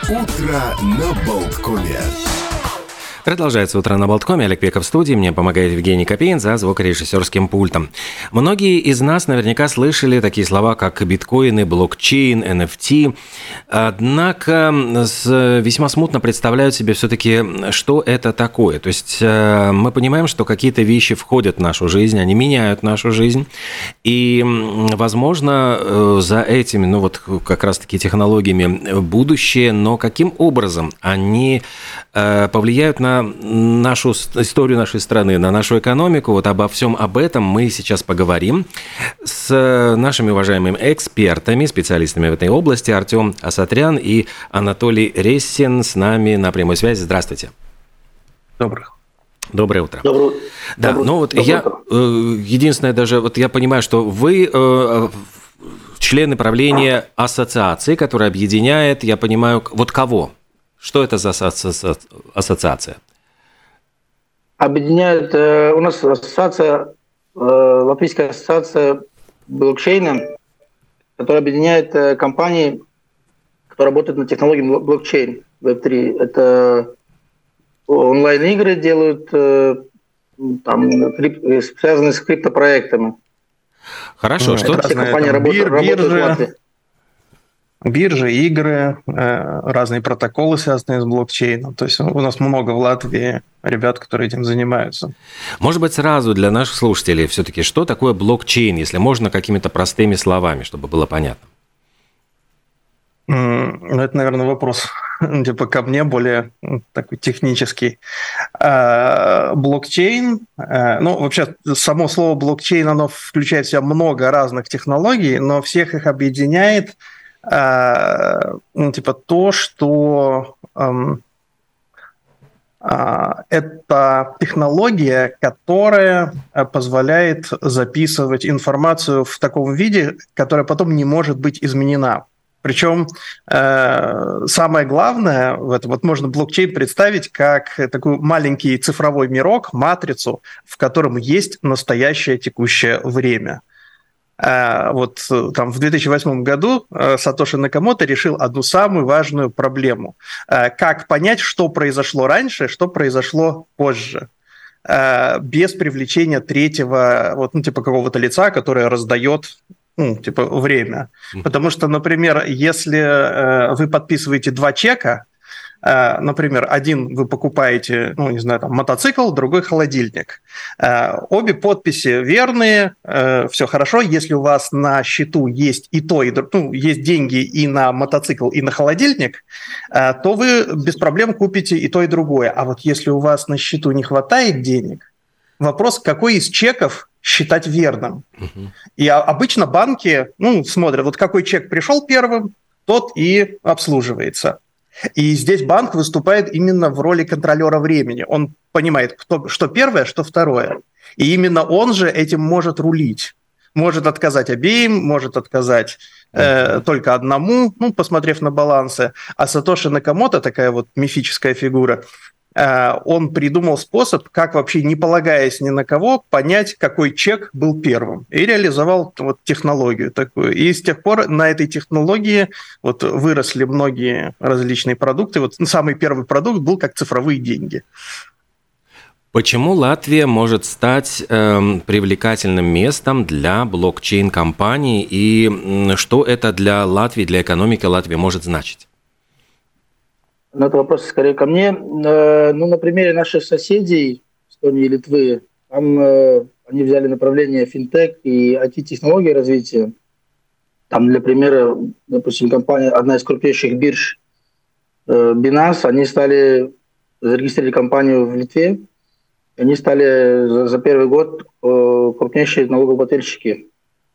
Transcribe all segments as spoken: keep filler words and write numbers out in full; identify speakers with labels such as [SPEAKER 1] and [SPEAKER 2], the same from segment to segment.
[SPEAKER 1] Утро на Болткоме.
[SPEAKER 2] Продолжается «Утро на Болткоме». Олег Пеков в студии. Мне помогает Евгений Копейн за звукорежиссерским пультом. Многие из нас наверняка слышали такие слова, как биткоины, блокчейн, эн эф ти. Однако весьма смутно представляют себе все-таки, что это такое. То есть мы понимаем, что какие-то вещи входят в нашу жизнь, они меняют нашу жизнь. И, возможно, за этими, ну вот как раз-таки технологиями будущее, но каким образом они повлияют на нашу историю нашей страны, на нашу экономику. Вот обо всем об этом мы сейчас поговорим с нашими уважаемыми экспертами, специалистами в этой области. Артем Асатрян и Анатолий Рессин с нами на прямой связи. Здравствуйте.
[SPEAKER 3] Доброе.
[SPEAKER 2] Доброе утро.
[SPEAKER 3] Доброе,
[SPEAKER 2] да,
[SPEAKER 3] доброе,
[SPEAKER 2] ну вот
[SPEAKER 3] доброе
[SPEAKER 2] я,
[SPEAKER 3] утро.
[SPEAKER 2] единственное даже, вот я понимаю, что вы э, члены правления ассоциации, которая объединяет, я понимаю, вот кого? Что это за ассоциация?
[SPEAKER 3] Объединяет э, у нас ассоциация, э, Латвийская ассоциация блокчейна, которая объединяет э, компании, которые работают на технологии блокчейн, веб три. Это онлайн-игры делают, э, там, крип, связанные с криптопроектами.
[SPEAKER 2] Хорошо,
[SPEAKER 3] это
[SPEAKER 2] что
[SPEAKER 3] все компании работают, работают в Латвии.
[SPEAKER 4] Биржи, игры, разные протоколы, связанные с блокчейном. То есть у нас много в Латвии ребят, которые этим занимаются.
[SPEAKER 2] Может быть, сразу для наших слушателей все-таки, что такое блокчейн, если можно какими-то простыми словами, чтобы было понятно?
[SPEAKER 4] Ну, это, наверное, вопрос типа ко мне, более такой технический. Блокчейн, ну, вообще, само слово блокчейн, оно включает в себя много разных технологий, но всех их объединяет ну, типа то, что эм, э, это технология, которая позволяет записывать информацию в таком виде, которая потом не может быть изменена. Причем э, самое главное в этом, вот можно блокчейн представить как такой маленький цифровой мирок, матрицу, в котором есть настоящее текущее время. Вот там в две тысячи восьмом году Сатоши Накамото решил одну самую важную проблему. Как понять, что произошло раньше, что произошло позже, без привлечения третьего, вот, ну, типа какого-то лица, которое раздает, ну, типа, время. Потому что, например, если вы подписываете два чека, например, один вы покупаете, ну, не знаю, там, мотоцикл, другой холодильник. Обе подписи верные, все хорошо. Если у вас на счету есть и то, и ну, есть деньги и на мотоцикл, и на холодильник, то вы без проблем купите и то, и другое. А вот если у вас на счету не хватает денег, вопрос, какой из чеков считать верным. Uh-huh. И обычно банки, ну, смотрят, вот какой чек пришел первым, тот и обслуживается. И здесь банк выступает именно в роли контролера времени. Он понимает, кто, что первое, что второе. И именно он же этим может рулить. Может отказать обеим, может отказать э, только одному, ну, посмотрев на балансы. А Сатоши Накамото, такая вот мифическая фигура, э, он придумал способ, как вообще, не полагаясь ни на кого, понять, какой чек был первым. И реализовал вот технологию такую. И с тех пор на этой технологии вот выросли многие различные продукты. Вот самый первый продукт был как цифровые деньги.
[SPEAKER 2] Почему Латвия может стать э, привлекательным местом для блокчейн-компаний и что это для Латвии, для экономики Латвии может значить?
[SPEAKER 3] Ну, это вопрос скорее ко мне. Ну, на примере наших соседей, Эстонии и Литвы, там э, они взяли направление финтех и ай ти-технологии развития. Там, для примера, допустим, компания, одна из крупнейших бирж э, Binance, они стали, зарегистрировали компанию в Литве. Они стали за, за первый год э, крупнейшие налогоплательщики,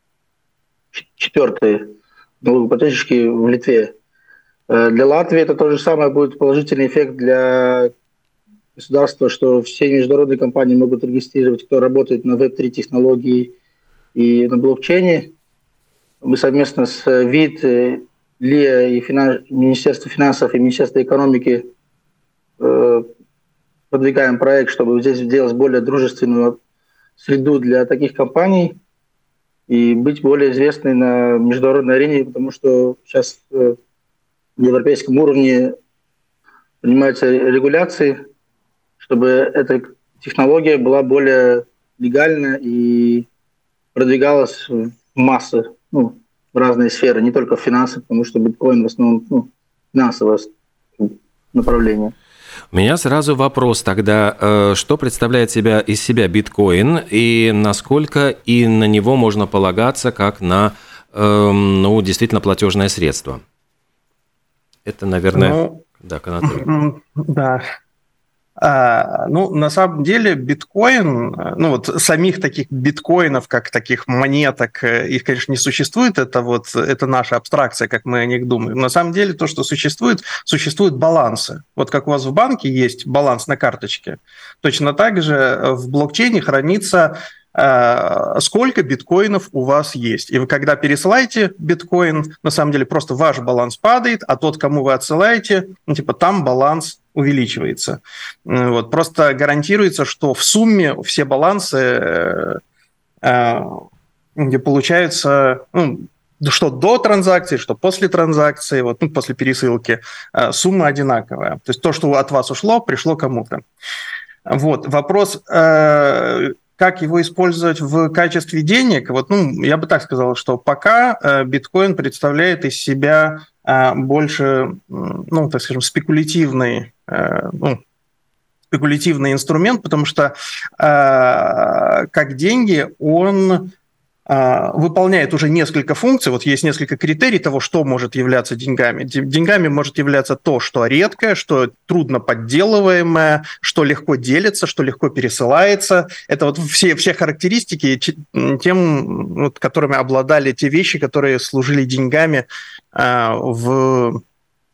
[SPEAKER 3] четвертые налогоплательщики в Литве. Э, для Латвии это то же самое будет положительный эффект для государства, что все международные компании могут регистрировать, кто работает на веб три технологии и на блокчейне. Мы совместно с ВИД, ЛИА и финанс... Министерством финансов и Министерством экономики э, продвигаем проект, чтобы здесь сделать более дружественную среду для таких компаний и быть более известной на международной арене, потому что сейчас на европейском уровне принимаются регуляции, чтобы эта технология была более легальна и продвигалась в массы, ну, в разные сферы, не только в финансы, потому что биткоин в основном ну, финансовое направление.
[SPEAKER 2] У меня сразу вопрос тогда, что представляет себя из себя биткоин и насколько и на него можно полагаться как на, ну, действительно платежное средство? Это, наверное, ну, да, к Анатолию.
[SPEAKER 4] Да. А, ну, на самом деле биткоин, ну вот самих таких биткоинов, как таких монеток, их, конечно, не существует, это вот это наша абстракция, как мы о них думаем. На самом деле то, что существует, существуют балансы. Вот как у вас в банке есть баланс на карточке, точно так же в блокчейне хранится сколько биткоинов у вас есть. И вы, когда пересылаете биткоин, на самом деле просто ваш баланс падает, а тот, кому вы отсылаете, ну, типа там баланс увеличивается. Вот. Просто гарантируется, что в сумме все балансы, где получаются, ну, что до транзакции, что после транзакции, вот, ну, после пересылки, сумма одинаковая. То есть то, что от вас ушло, пришло кому-то. Вот. Вопрос... Как его использовать в качестве денег? Вот, ну, я бы так сказал, что пока э, биткоин представляет из себя э, больше, ну, так скажем, спекулятивный, э, ну, спекулятивный инструмент, потому что э, как деньги он э, выполняет уже несколько функций. Вот есть несколько критерий того, что может являться деньгами. Деньгами может являться то, что редкое, что трудно подделываемое, что легко делится, что легко пересылается. Это вот все, все характеристики, тем, вот, которыми обладали те вещи, которые служили деньгами э, в...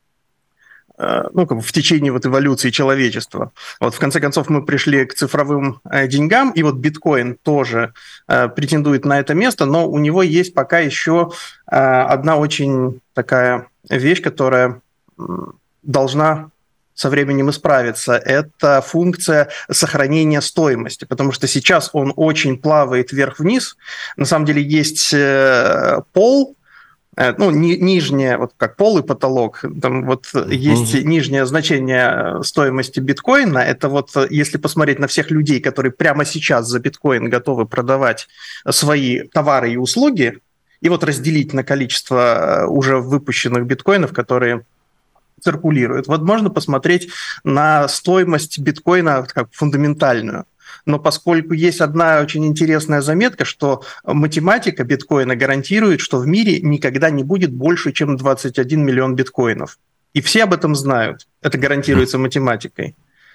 [SPEAKER 4] ну, как бы в течение вот эволюции человечества. Вот в конце концов мы пришли к цифровым э, деньгам, и вот биткоин тоже э, претендует на это место, но у него есть пока еще э, одна очень такая вещь, которая э, должна со временем исправиться. Это функция сохранения стоимости, потому что сейчас он очень плавает вверх-вниз. На самом деле есть э, пол, ну, ни, нижнее, вот как пол и потолок, там вот uh-huh. есть нижнее значение стоимости биткоина, это вот если посмотреть на всех людей, которые прямо сейчас за биткоин готовы продавать свои товары и услуги, и вот разделить на количество уже выпущенных биткоинов, которые циркулируют. Вот можно посмотреть на стоимость биткоина как фундаментальную. Но поскольку есть одна очень интересная заметка, что математика биткоина гарантирует, что в мире никогда не будет больше, чем двадцать один миллион биткоинов. И все об этом знают. Это гарантируется математикой.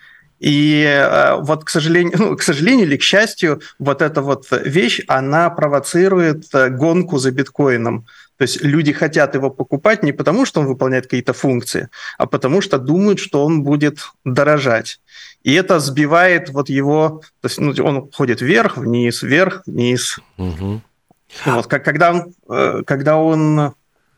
[SPEAKER 4] И вот, к сожалению, ну, к сожалению или к счастью, вот эта вот вещь, она провоцирует гонку за биткоином. То есть люди хотят его покупать не потому, что он выполняет какие-то функции, а потому что думают, что он будет дорожать. И это сбивает вот его... То есть ну, он ходит вверх, вниз, вверх, вниз. Угу. Вот, когда он... Когда он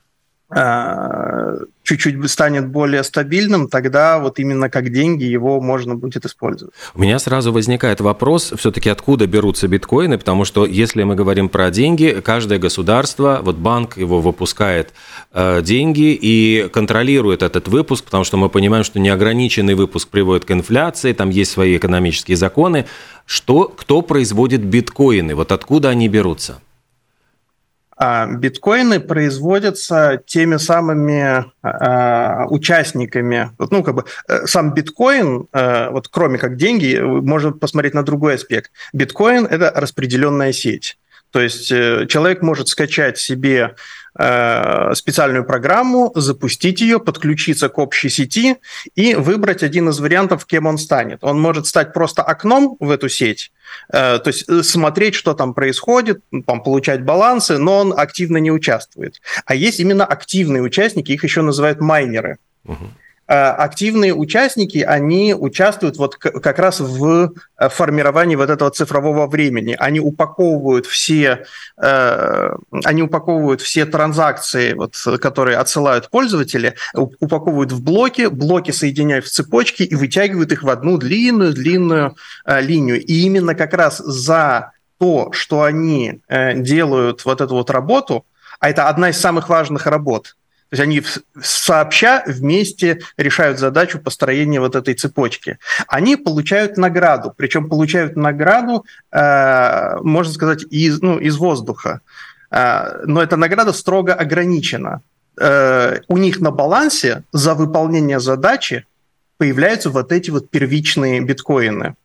[SPEAKER 4] чуть-чуть станет более стабильным, тогда вот именно как деньги его можно будет использовать.
[SPEAKER 2] У меня сразу возникает вопрос, все-таки откуда берутся биткоины, потому что если мы говорим про деньги, каждое государство, вот банк его выпускает э, деньги и контролирует этот выпуск, потому что мы понимаем, что неограниченный выпуск приводит к инфляции, там есть свои экономические законы. Что, кто производит биткоины? Вот откуда они берутся?
[SPEAKER 4] А биткоины производятся теми самыми э, участниками. Вот, ну, как бы сам биткоин, э, вот кроме как деньги, можно посмотреть на другой аспект. Биткоин – это распределенная сеть. То есть э, человек может скачать себе э, специальную программу, запустить ее, подключиться к общей сети и выбрать один из вариантов, кем он станет. Он может стать просто окном в эту сеть, то есть смотреть, что там происходит, там, получать балансы, но он активно не участвует. А есть именно активные участники, их еще называют майнеры. Uh-huh. Активные участники, они участвуют вот как раз в формировании вот этого цифрового времени. Они упаковывают все, они упаковывают все транзакции, вот, которые отсылают пользователи, упаковывают в блоки, блоки соединяют в цепочки и вытягивают их в одну длинную-длинную линию. И именно как раз за то, что они делают вот эту вот работу, а это одна из самых важных работ, То есть они сообща вместе решают задачу построения вот этой цепочки. Они получают награду, причем получают награду, можно сказать, из, ну, из воздуха. Но эта награда строго ограничена. У них на балансе за выполнение задачи появляются вот эти вот первичные биткоины.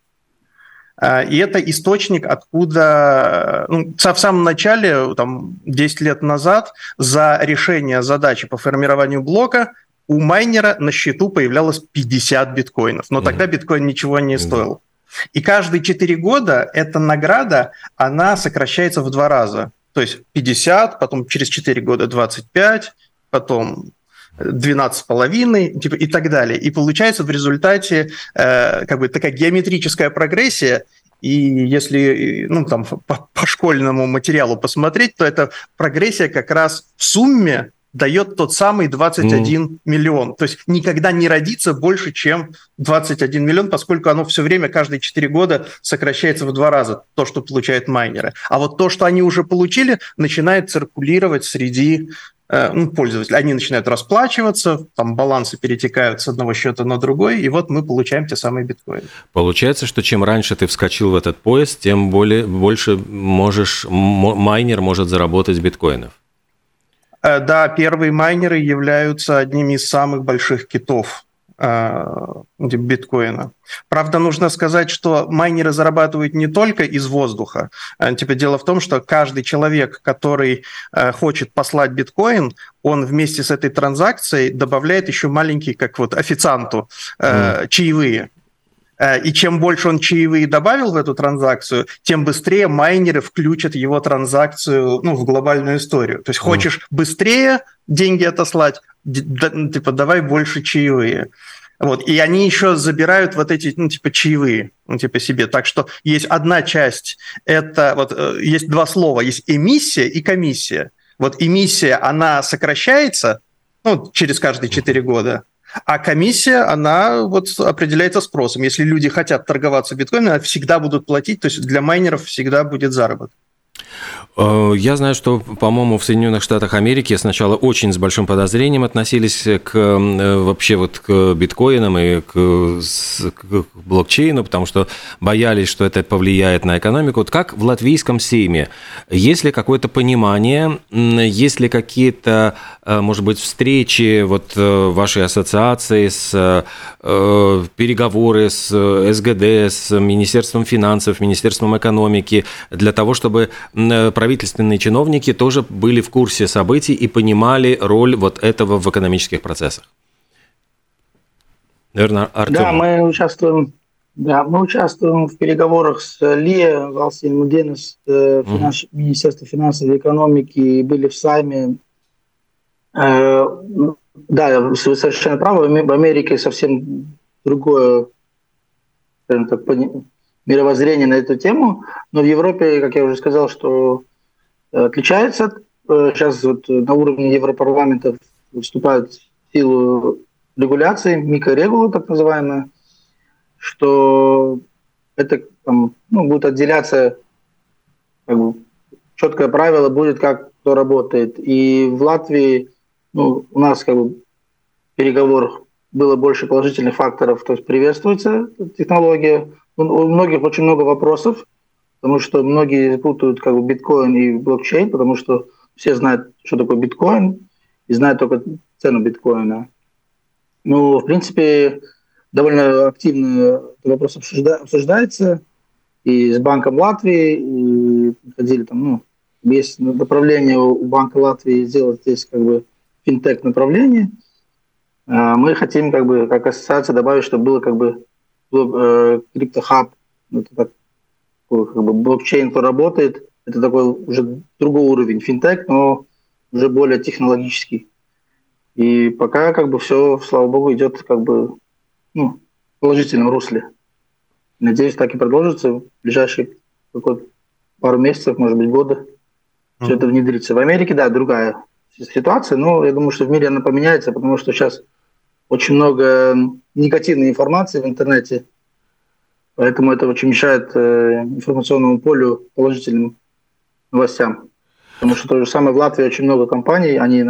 [SPEAKER 4] И это источник, откуда ну, в самом начале, там, десять лет назад, за решение задачи по формированию блока у майнера на счету появлялось пятьдесят биткоинов. Но mm-hmm. тогда биткоин ничего не стоил. Mm-hmm. И каждые четыре года эта награда, она сокращается в два раза. То есть пятьдесят, потом через четыре года двадцать пять, потом двенадцать с половиной типа, и так далее. И получается в результате э, как бы такая геометрическая прогрессия. И если ну, там, по, по школьному материалу посмотреть, то эта прогрессия как раз в сумме дает тот самый двадцать один mm. миллион. То есть никогда не родится больше, чем двадцать один миллион, поскольку оно все время, каждые четыре года сокращается в два раза, то, что получают майнеры. А вот то, что они уже получили, начинает циркулировать среди ну, пользователи. Они начинают расплачиваться, там балансы перетекают с одного счета на другой, и вот мы получаем те самые биткоины.
[SPEAKER 2] Получается, что чем раньше ты вскочил в этот поезд, тем более, больше можешь, майнер может заработать биткоинов.
[SPEAKER 4] Да, первые майнеры являются одними из самых больших китов биткоина. Правда, нужно сказать, что майнеры зарабатывают не только из воздуха. Типа, дело в том, что каждый человек, который хочет послать биткоин, он вместе с этой транзакцией добавляет еще маленький, как вот официанту, mm. чаевые. И чем больше он чаевые добавил в эту транзакцию, тем быстрее майнеры включат его транзакцию ну, в глобальную историю. То есть хочешь mm. быстрее деньги отослать, типа давай больше чаевые. Вот. И они еще забирают вот эти, ну, типа, чаевые, ну, типа, себе. Так что есть одна часть, это, вот, есть два слова, есть эмиссия и комиссия. Вот эмиссия, она сокращается, ну, через каждые четыре года, а комиссия, она вот определяется спросом. Если люди хотят торговаться биткоином, они всегда будут платить, то есть для майнеров всегда будет заработок.
[SPEAKER 2] Я знаю, что, по-моему, в Соединенных Штатах Америки сначала очень с большим подозрением относились к вообще вот к биткоинам и к, к блокчейну, потому что боялись, что это повлияет на экономику. Вот как в латвийском сейме? Есть ли какое-то понимание, есть ли какие-то, может быть, встречи вот вашей ассоциации, с переговоры с СГД, с Министерством финансов, Министерством экономики для того, чтобы правительственные чиновники тоже были в курсе событий и понимали роль вот этого в экономических процессах? Наверное, Артем.
[SPEAKER 3] Да, мы участвуем, да, мы участвуем в переговорах с ЛИЭ, Valsts Ieņēmuma dienests, Министерством финансов и экономики, и были в Сайме. Да, вы совершенно правы, в Америке совсем другое, скажем так, мировоззрение на эту тему, но в Европе, как я уже сказал, что отличается. Сейчас вот на уровне Европарламента вступают в силу регуляции, микрорегулы так называемые, что это там, ну, будет отделяться, как бы, четкое правило будет, как кто работает. И в Латвии ну, у нас как бы в переговорах было больше положительных факторов, то есть приветствуется технология. У многих очень много вопросов, потому что многие путают как бы биткоин и блокчейн, потому что все знают, что такое биткоин, и знают только цену биткоина. Но, в принципе, довольно активно этот вопрос обсуждается и с Банком Латвии, и ходили там, ну, есть направление у Банка Латвии сделать здесь как бы финтех-направление. Мы хотим как бы как ассоциация добавить, чтобы было как бы криптохаб, это так, как бы блокчейн, кто работает, это такой уже другой уровень финтех, но уже более технологический. И пока как бы все, слава богу, идет как бы ну, в положительном русле. Надеюсь, так и продолжится в ближайшие пару месяцев, может быть, года. Mm-hmm. Все это внедрится. В Америке, да, другая ситуация, но я думаю, что в мире она поменяется, потому что сейчас очень много негативной информации в интернете, поэтому это очень мешает э, информационному полю положительным новостям. Потому что то же самое в Латвии очень много компаний, они наша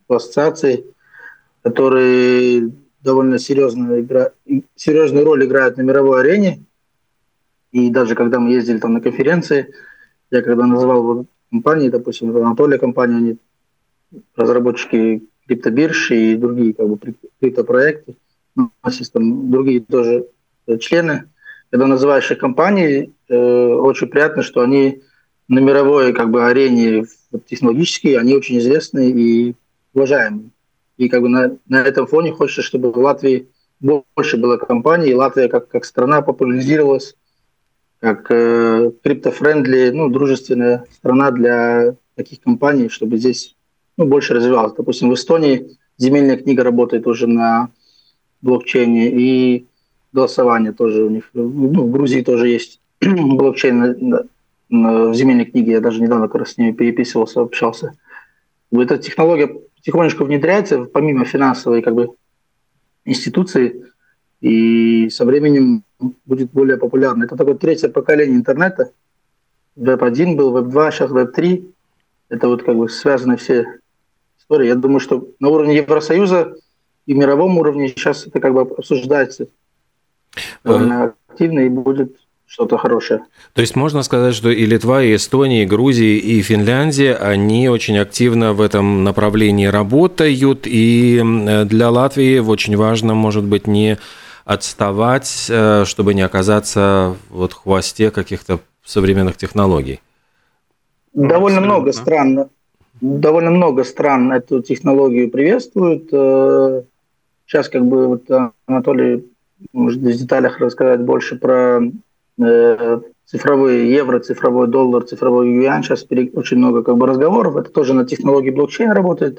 [SPEAKER 3] в ассоциации, которые довольно серьезно игра... серьезную роль играют на мировой арене. И даже когда мы ездили там на конференции, я когда называл вот компании, допустим, Анатолия компания, они разработчики криптобирж и другие как бы криптопроекты, ну, у нас есть там другие тоже члены. Когда называешь их компании, э, очень приятно, что они на мировой как бы арене технологически, они очень известны и уважаемы. И как бы на, на этом фоне хочется, чтобы в Латвии больше было компаний, и Латвия как, как страна популяризировалась, как э, криптофрендли, ну, дружественная страна для таких компаний, чтобы здесь ну, больше развивалось. Допустим, в Эстонии земельная книга работает уже на блокчейне, и голосование тоже у них. Ну, в Грузии тоже есть блокчейн на, на, на, в земельной книге. Я даже недавно как раз с ними переписывался, общался. Эта технология потихонечку внедряется, помимо финансовой как бы, институции, и со временем будет более популярна. Это такое третье поколение интернета. веб один был, веб два, сейчас веб три. Это вот как бы связаны все истории. Я думаю, что на уровне Евросоюза и мировом уровне сейчас это как бы обсуждается довольно активно, и будет что-то хорошее.
[SPEAKER 2] То есть можно сказать, что и Литва, и Эстония, и Грузия, и Финляндия, они очень активно в этом направлении работают, и для Латвии очень важно, может быть, не отставать, чтобы не оказаться вот в хвосте каких-то современных технологий.
[SPEAKER 3] Довольно Абсолютно. много стран, довольно много стран эту технологию приветствуют. Сейчас как бы вот Анатолий может в деталях рассказать больше про э, цифровые евро, цифровой доллар, цифровой юань. Сейчас очень много как бы разговоров. Это тоже на технологии блокчейна работает.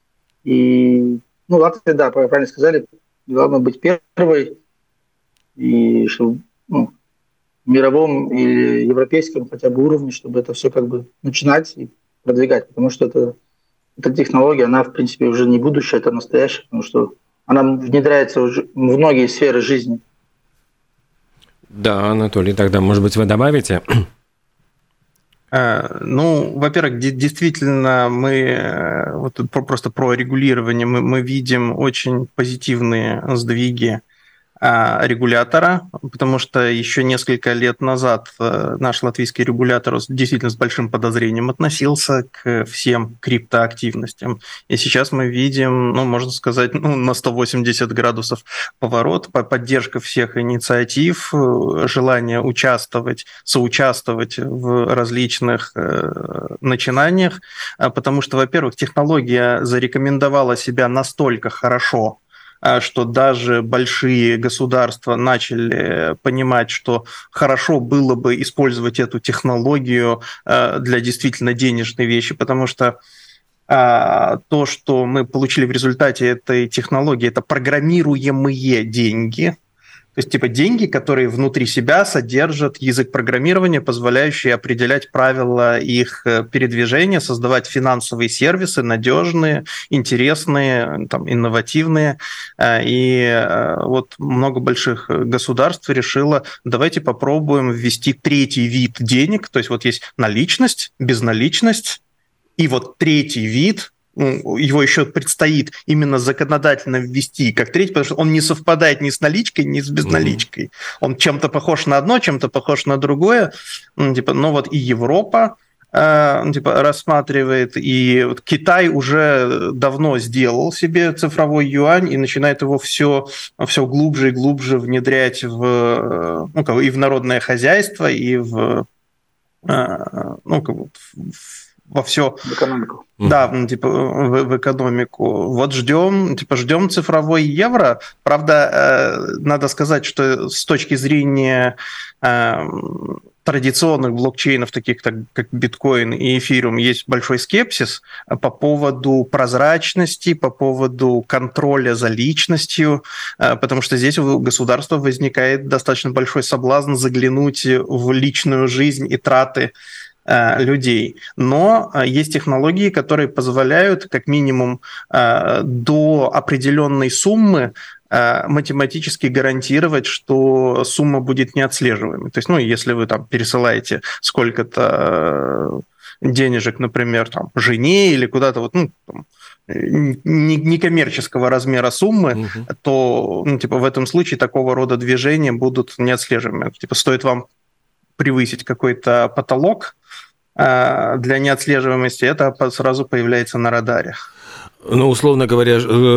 [SPEAKER 3] И, ну, Латвия, да, правильно сказали, главное быть первой, и чтобы ну, в мировом или европейском хотя бы уровне, чтобы это все как бы начинать и продвигать. Потому что это, эта технология, она, в принципе, уже не будущее, это настоящее, потому что она внедряется уже в многие сферы жизни.
[SPEAKER 2] Да, Анатолий, тогда, может быть, вы добавите?
[SPEAKER 4] Ну, во-первых, действительно, мы вот просто про регулирование мы, мы видим очень позитивные сдвиги регулятора, потому что еще несколько лет назад наш латвийский регулятор действительно с большим подозрением относился к всем криптоактивностям. И сейчас мы видим, ну, можно сказать, ну, на сто восемьдесят градусов поворот, поддержка всех инициатив, желание участвовать, соучаствовать в различных начинаниях, потому что, во-первых, технология зарекомендовала себя настолько хорошо, что даже большие государства начали понимать, что хорошо было бы использовать эту технологию для действительно денежной вещи, потому что то, что мы получили в результате этой технологии, это программируемые деньги. То есть, типа, деньги, которые внутри себя содержат язык программирования, позволяющий определять правила их передвижения, создавать финансовые сервисы, надежные, интересные, там, инновативные. И вот много больших государств решило, давайте попробуем ввести третий вид денег. То есть, вот есть наличность, безналичность, и вот третий вид, его еще предстоит именно законодательно ввести как третий, потому что он не совпадает ни с наличкой, ни с безналичкой. Mm-hmm. Он чем-то похож на одно, чем-то похож на другое. Ну, типа, но вот и Европа э, типа, рассматривает, и вот Китай уже давно сделал себе цифровой юань и начинает его все, все глубже и глубже внедрять в, ну, и в народное хозяйство, и в, э, ну, как бы, в во все,
[SPEAKER 3] в экономику.
[SPEAKER 4] Да, ну, типа в, в экономику. Вот ждем, типа ждем цифровой евро. Правда, э, надо сказать, что с точки зрения э, традиционных блокчейнов, таких как, как биткоин и эфириум, есть большой скепсис по поводу прозрачности, по поводу контроля за личностью, э, потому что здесь у государства возникает достаточно большой соблазн заглянуть в личную жизнь и траты людей. Но есть технологии, которые позволяют как минимум до определенной суммы математически гарантировать, что сумма будет неотслеживаемой. То есть, ну, если вы там пересылаете сколько-то денежек, например, там, жене или куда-то вот, ну, там, некоммерческого размера суммы, угу. то ну, типа, в этом случае такого рода движения будут неотслеживаемы. Типа, стоит вам превысить какой-то потолок э, для неотслеживаемости, это сразу появляется на радаре.
[SPEAKER 2] Ну, условно говоря,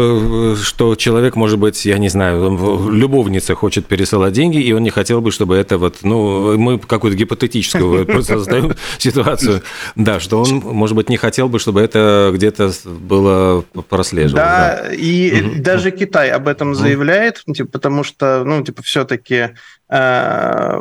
[SPEAKER 2] что человек, может быть, я не знаю, любовница хочет пересылать деньги, и он не хотел бы, чтобы это вот, ну, мы какую-то гипотетическую просто создаем ситуацию, да, что он, может быть, не хотел бы, чтобы это где-то было прослеживалось.
[SPEAKER 4] Да, да. и угу. даже Китай об этом угу. заявляет, типа, потому что, ну, типа, все-таки э,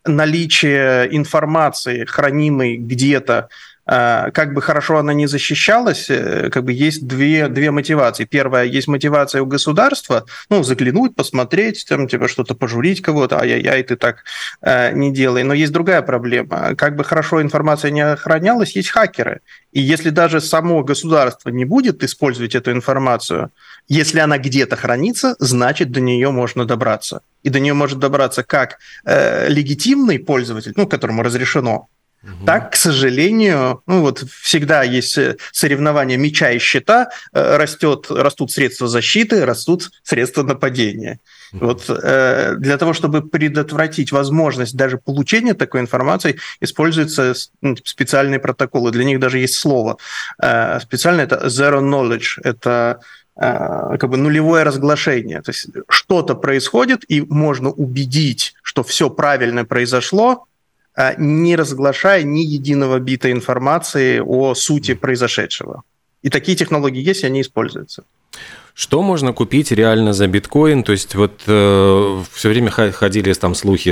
[SPEAKER 4] наличие информации, хранимой где-то, как бы хорошо она ни защищалась, как бы есть две, две мотивации. Первая, есть мотивация у государства, ну, заглянуть, посмотреть, там, типа, что-то пожурить кого-то, ай-яй-яй, ты так э, не делай. Но есть другая проблема. Как бы хорошо информация не охранялась, есть хакеры. И если даже само государство не будет использовать эту информацию, если она где-то хранится, значит, до нее можно добраться. И до нее может добраться как э, легитимный пользователь, ну, которому разрешено, так, к сожалению, ну вот всегда есть соревнования мяча и щита, растет, растут средства защиты, растут средства нападения. Вот э, для того, чтобы предотвратить возможность даже получения такой информации, используются ну, специальные протоколы. Для них даже есть слово. Э, специально это zero knowledge, это э, как бы нулевое разглашение. То есть что-то происходит, и можно убедить, что все правильно произошло, не разглашая ни единого бита информации о сути произошедшего. И такие технологии есть, и они используются.
[SPEAKER 2] Что можно купить реально за биткоин? То есть вот э, все время ходили там слухи,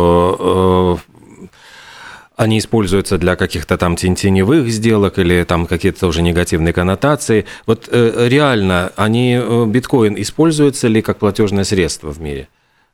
[SPEAKER 2] что э, они используются для каких-то там теневых сделок или там какие-то уже негативные коннотации. Вот э, реально они, биткоин используется ли как платежное средство в мире?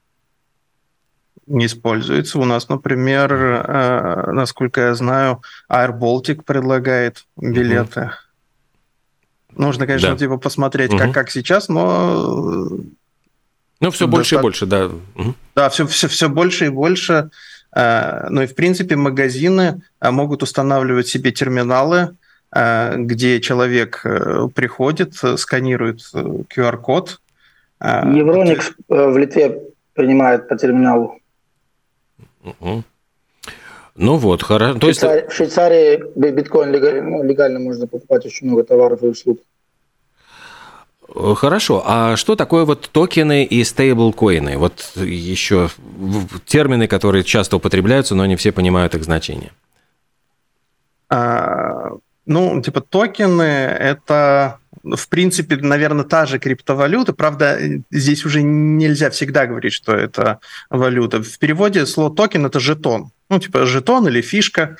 [SPEAKER 4] Не используется. У нас, например, э, насколько я знаю, AirBaltic предлагает билеты. Угу. Нужно, конечно, да. типа посмотреть, угу. как, как сейчас, но...
[SPEAKER 2] Ну, все больше достаточно... и больше, да. Угу.
[SPEAKER 4] Да, все, все, все больше и больше. Э, ну и, в принципе, магазины могут устанавливать себе терминалы, э, где человек приходит, сканирует ку ар-код.
[SPEAKER 3] Евроникс в Литве принимает по терминалу.
[SPEAKER 2] Угу. Ну вот, хорошо.
[SPEAKER 3] В Швейцарии, есть... в Швейцарии биткоин легально, легально можно покупать очень много товаров и услуг.
[SPEAKER 2] Хорошо. А что такое вот токены и стейблкоины? Вот еще термины, которые часто употребляются, но не все понимают их значение.
[SPEAKER 4] А, ну, типа токены – это... В принципе, наверное, та же криптовалюта. Правда, здесь уже нельзя всегда говорить, что это валюта. В переводе слово токен – это жетон. Ну, типа жетон или фишка.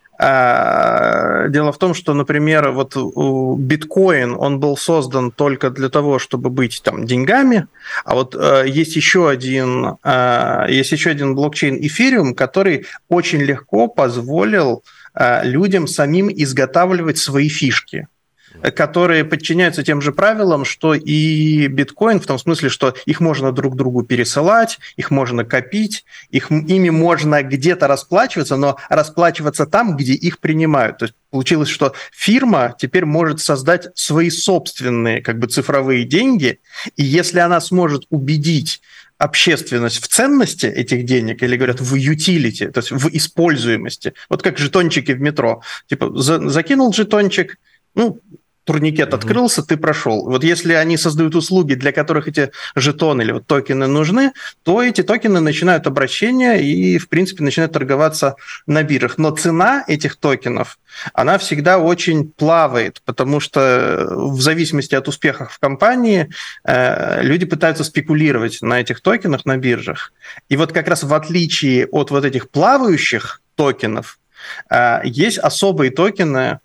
[SPEAKER 4] Дело в том, что, например, вот биткоин, он был создан только для того, чтобы быть там деньгами, а вот есть еще один, есть еще один блокчейн Ethereum, который очень легко позволил людям самим изготавливать свои фишки, которые подчиняются тем же правилам, что и биткоин, в том смысле, что их можно друг другу пересылать, их можно копить, их, ими можно где-то расплачиваться, но расплачиваться там, где их принимают. То есть получилось, что фирма теперь может создать свои собственные как бы, цифровые деньги, и если она сможет убедить общественность в ценности этих денег, или говорят в utility, то есть в используемости, вот как жетончики в метро. Типа за, закинул жетончик, ну, турникет открылся, ты прошел. Вот если они создают услуги, для которых эти жетоны или вот токены нужны, то эти токены начинают обращение и, в принципе, начинают торговаться на биржах. Но цена этих токенов, она всегда очень плавает, потому что в зависимости от успехов в компании э, люди пытаются спекулировать на этих токенах на биржах. И вот как раз в отличие от вот этих плавающих токенов, э, есть особые токены,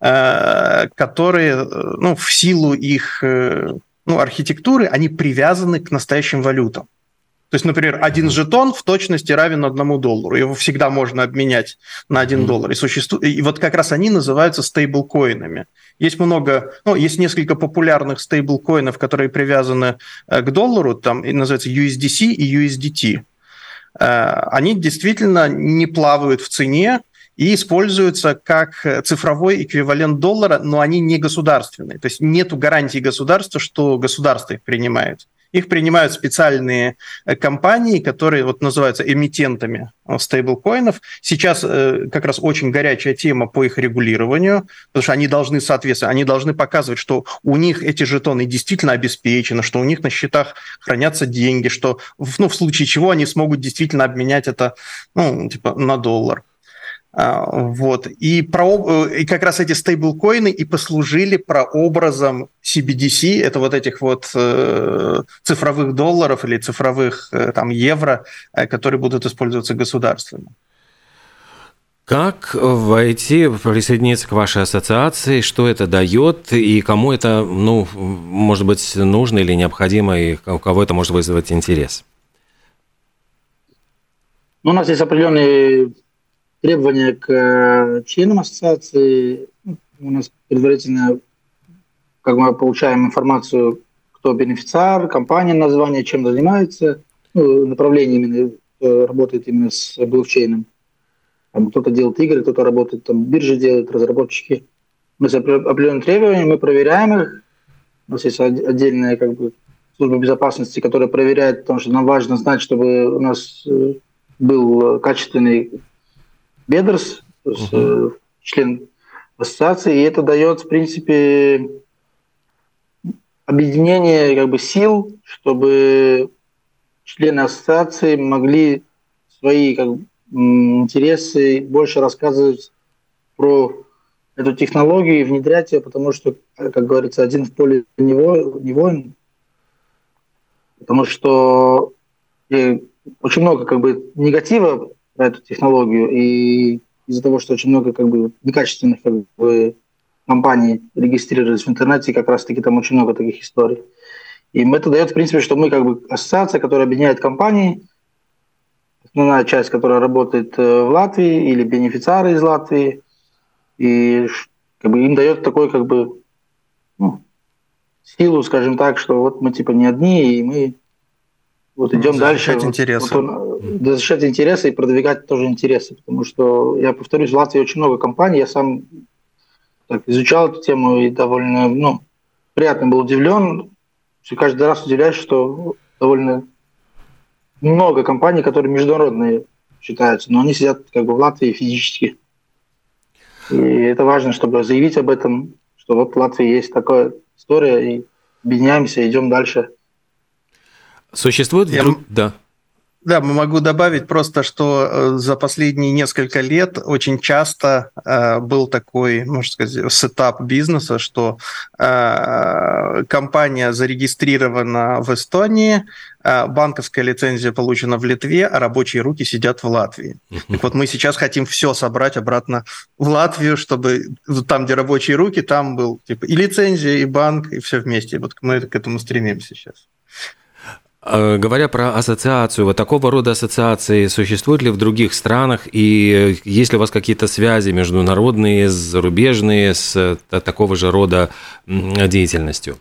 [SPEAKER 4] которые, ну, в силу их ну, архитектуры, они привязаны к настоящим валютам. То есть, например, один жетон в точности равен одному доллару. Его всегда можно обменять на один доллар. И, существует... и вот как раз они называются стейблкоинами. Есть много, ну, есть несколько популярных стейблкоинов, которые привязаны к доллару, там и называются ю эс ди си и ю эс ди ти. Они действительно не плавают в цене, и используются как цифровой эквивалент доллара, но они не государственные. То есть нету гарантии государства, что государство их принимает. Их принимают специальные компании, которые вот называются эмитентами стейблкоинов. Сейчас как раз очень горячая тема по их регулированию, потому что они должны соответствовать, они должны показывать, что у них эти жетоны действительно обеспечены, что у них на счетах хранятся деньги, что ну, в случае чего они смогут действительно обменять это ну, типа, на доллар. Вот. И, про, и как раз эти стейблкоины и послужили прообразом си би ди си, это вот этих вот э, цифровых долларов или цифровых э, там, евро, э, которые будут использоваться государствами.
[SPEAKER 2] Как войти, присоединиться к вашей ассоциации, что это дает и кому это, ну, может быть, нужно или необходимо, и у кого это может вызвать интерес?
[SPEAKER 3] Ну, у нас есть определенные требования к членам ассоциации. У нас предварительно, как мы получаем информацию, кто бенефициар, компания, название, чем занимается, ну, направление именно, кто работает именно с блокчейном. Там кто-то делает игры, кто-то работает, там биржи делают, разработчики. Мы с определенными требованиями, мы проверяем их. У нас есть отдельная как бы, служба безопасности, которая проверяет, потому что нам важно знать, чтобы у нас был качественный бедерс, то есть uh-huh. член ассоциации, и это дает, в принципе, объединение как бы, сил, чтобы члены ассоциации могли свои как бы, интересы больше рассказывать про эту технологию и внедрять ее, потому что, как говорится, один в поле не воин, потому что очень много как бы, негатива про эту технологию, и из-за того, что очень много как бы, некачественных как бы, компаний регистрируются в интернете, как раз-таки там очень много таких историй. И это дает, в принципе, что мы как бы ассоциация, которая объединяет компании, основная часть, которая работает в Латвии, или бенефициары из Латвии, и как бы, им дает такой как бы ну, силу, скажем так, что вот мы типа не одни, и мы вот идем
[SPEAKER 4] защищать
[SPEAKER 3] дальше.
[SPEAKER 4] Интересы.
[SPEAKER 3] Вот, вот, защищать интересы и продвигать тоже интересы, потому что, я повторюсь, в Латвии очень много компаний, я сам так, изучал эту тему и довольно ну, приятно был удивлен. Каждый раз удивляюсь, что довольно много компаний, которые международные считаются, но они сидят как бы в Латвии физически. И это важно, чтобы заявить об этом, что вот в Латвии есть такая история, и объединяемся, идем дальше.
[SPEAKER 2] Существует вдруг...
[SPEAKER 4] Я...
[SPEAKER 2] Да.
[SPEAKER 4] Да, могу добавить просто, что за последние несколько лет очень часто э, был такой, можно сказать, сетап бизнеса, что э, компания зарегистрирована в Эстонии, э, банковская лицензия получена в Литве, а рабочие руки сидят в Латвии. Так вот мы сейчас хотим все собрать обратно в Латвию, чтобы там, где рабочие руки, там был типа и лицензия, и банк, и все вместе. Вот мы к этому стремимся сейчас.
[SPEAKER 2] Говоря про ассоциацию, вот такого рода ассоциации существуют ли в других странах, и есть ли у вас какие-то связи международные, зарубежные с такого же рода деятельностью?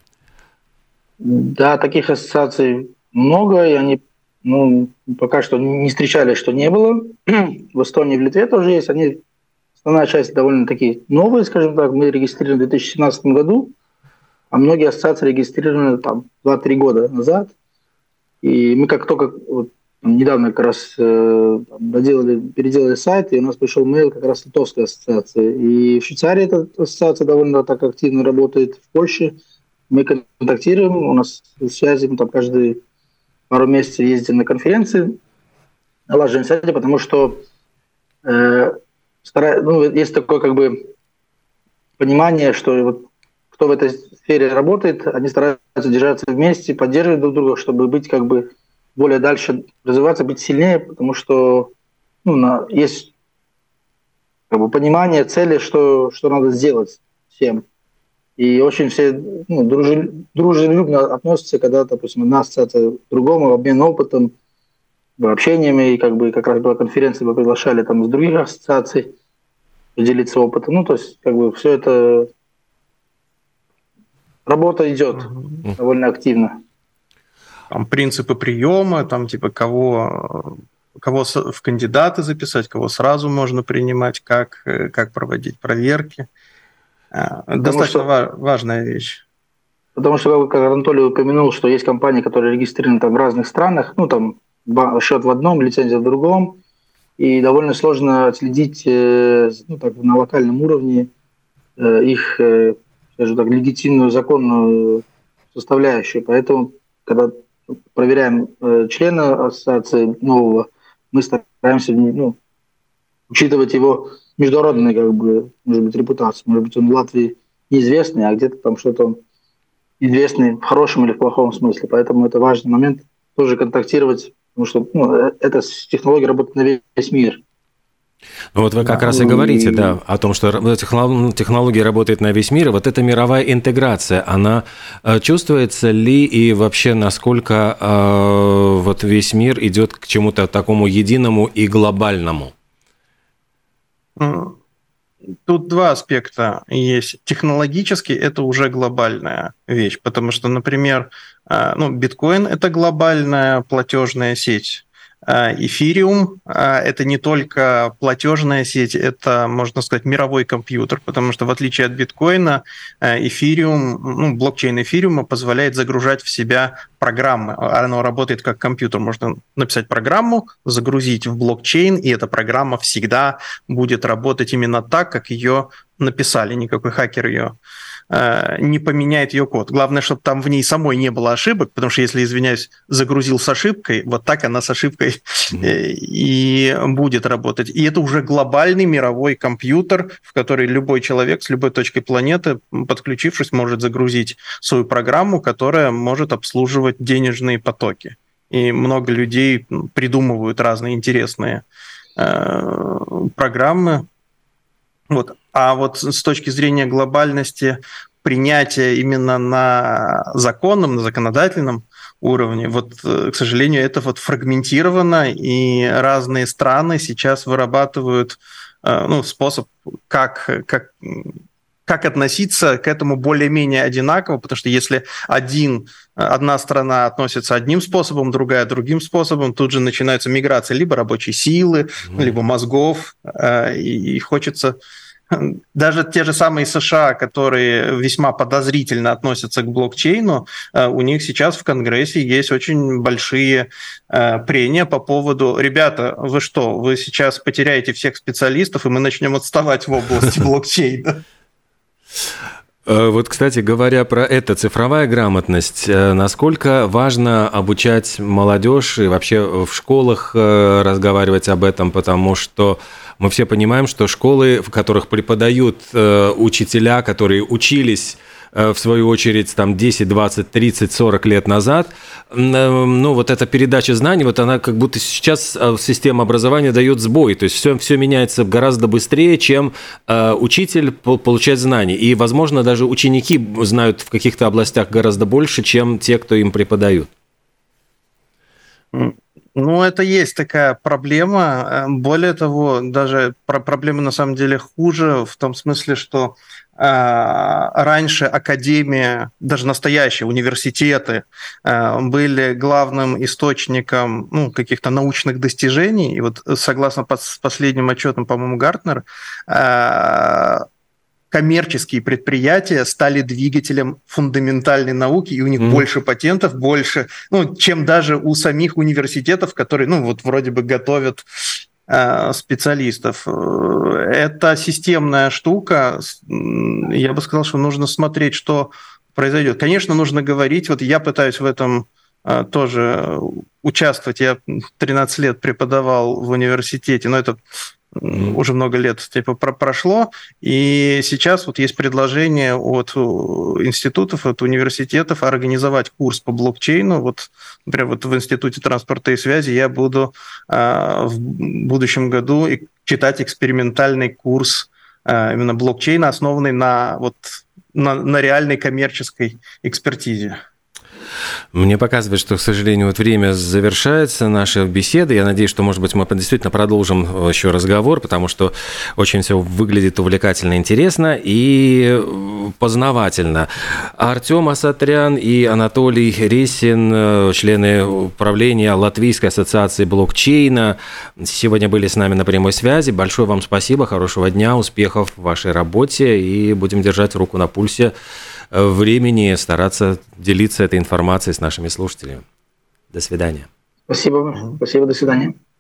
[SPEAKER 3] Да, таких ассоциаций много, и они ну, пока что не встречали, что не было. В Эстонии, в Литве тоже есть. Они, основная часть довольно-таки новые, скажем так. Мы регистрированы в две тысячи семнадцатом году, а многие ассоциации регистрированы там два-три года назад. И мы как только вот, недавно как раз э, доделали, переделали сайт, и у нас пришел мейл как раз литовской ассоциации. И в Швейцарии эта ассоциация довольно так активно работает, в Польше. Мы контактируем, у нас связи, мы там каждые пару месяцев ездим на конференции, налаживаем связи, потому что э, стараюсь, ну, есть такое как бы понимание, что вот, кто в этой сфере работает, они стараются держаться вместе, поддерживать друг друга, чтобы быть как бы более дальше развиваться, быть сильнее, потому что ну, на, есть как бы, понимание цели, что, что надо сделать всем. И очень все ну, дружелюбно, дружелюбно относятся, когда, допустим, одна ассоциация к другому, обмен опытом, общениями, и как бы как раз была конференция, мы приглашали там из других ассоциаций поделиться опытом. Ну, то есть, как бы все это работа идет uh-huh. довольно активно.
[SPEAKER 4] Там принципы приема, там типа кого кого в кандидаты записать, кого сразу можно принимать, как, как проводить проверки. Потому Достаточно что, важная вещь.
[SPEAKER 3] Потому что, как Анатолий упомянул, что есть компании, которые регистрированы там в разных странах, ну там счет в одном, лицензия в другом, и довольно сложно отследить ну, так, на локальном уровне их, скажем так, легитимную законную составляющую. Поэтому, когда проверяем члена ассоциации нового, мы стараемся ну, учитывать его международную, как бы, может быть, репутацию. Может быть, он в Латвии неизвестный, а где-то там что-то известный в хорошем или в плохом смысле. Поэтому это важный момент тоже контактировать, потому что ну, эта технология работает на весь мир.
[SPEAKER 2] Ну вот вы как да, раз и говорите, и... да, о том, что технология работает на весь мир, и вот эта мировая интеграция, она чувствуется ли и вообще насколько э, вот весь мир идет к чему-то такому единому и глобальному?
[SPEAKER 4] Тут два аспекта есть. Технологически это уже глобальная вещь, потому что, например, ну, биткоин – это глобальная платежная сеть. Эфириум – это не только платежная сеть, это, можно сказать, мировой компьютер, потому что в отличие от биткоина, эфириум, ну, блокчейн эфириума позволяет загружать в себя программы. Оно работает как компьютер. Можно написать программу, загрузить в блокчейн, и эта программа всегда будет работать именно так, как ее написали. Никакой хакер ее не поменяет ее код. Главное, чтобы там в ней самой не было ошибок, потому что если, извиняюсь, загрузил с ошибкой, вот так она с ошибкой mm-hmm. и будет работать. И это уже глобальный мировой компьютер, в который любой человек с любой точки планеты, подключившись, может загрузить свою программу, которая может обслуживать денежные потоки. И много людей придумывают разные интересные э, программы. Вот. А вот с точки зрения глобальности принятия именно на законном, на законодательном уровне, вот, к сожалению, это вот фрагментировано, и разные страны сейчас вырабатывают ну, способ, как, как, как относиться к этому более-менее одинаково, потому что если один, одна страна относится одним способом, другая другим способом, тут же начинается миграция либо рабочей силы, mm-hmm. либо мозгов, и, и хочется... Даже те же самые США, которые весьма подозрительно относятся к блокчейну, у них сейчас в Конгрессе есть очень большие прения по поводу «Ребята, вы что, вы сейчас потеряете всех специалистов, и мы начнем отставать в области блокчейна».
[SPEAKER 2] Вот, кстати, говоря про это, цифровая грамотность, насколько важно обучать молодежь и вообще в школах разговаривать об этом, потому что мы все понимаем, что школы, в которых преподают учителя, которые учились в свою очередь, там десять, двадцать, тридцать, сорок лет назад, ну, вот эта передача знаний, вот она как будто сейчас система образования дает сбой, то есть все, все меняется гораздо быстрее, чем э, учитель получает знания, и, возможно, даже ученики знают в каких-то областях гораздо больше, чем те, кто им преподают.
[SPEAKER 4] Ну, это есть такая проблема. Более того, даже проблема на самом деле хуже в том смысле, что раньше академия, даже настоящие университеты были главным источником ну, каких-то научных достижений. И вот согласно последним отчетам, по-моему, Гартнер, коммерческие предприятия стали двигателем фундаментальной науки, и у них mm. больше патентов, больше, ну, чем даже у самих университетов, которые, ну, вот вроде бы готовят э, специалистов. Это системная штука. Я бы сказал, что нужно смотреть, что произойдет. Конечно, нужно говорить. Вот я пытаюсь в этом э, тоже участвовать. Я тринадцать лет преподавал в университете, но это Mm. уже много лет типа прошло, и сейчас вот есть предложение от институтов, от университетов организовать курс по блокчейну. Вот, например, вот в Институте транспорта и связи я буду а, в будущем году читать экспериментальный курс а, именно блокчейна, основанный на, вот, на, на реальной коммерческой экспертизе.
[SPEAKER 2] Мне показывает, что, к сожалению, вот время завершается нашей беседы. Я надеюсь, что, может быть, мы действительно продолжим еще разговор, потому что очень все выглядит увлекательно, интересно и познавательно. Артем Асатрян и Анатолий Ресин, члены управления Латвийской ассоциации блокчейна, сегодня были с нами на прямой связи. Большое вам спасибо, хорошего дня, успехов в вашей работе, и будем держать руку на пульсе времени, стараться делиться этой информацией с нашими слушателями. До свидания.
[SPEAKER 3] Спасибо. Спасибо, до свидания.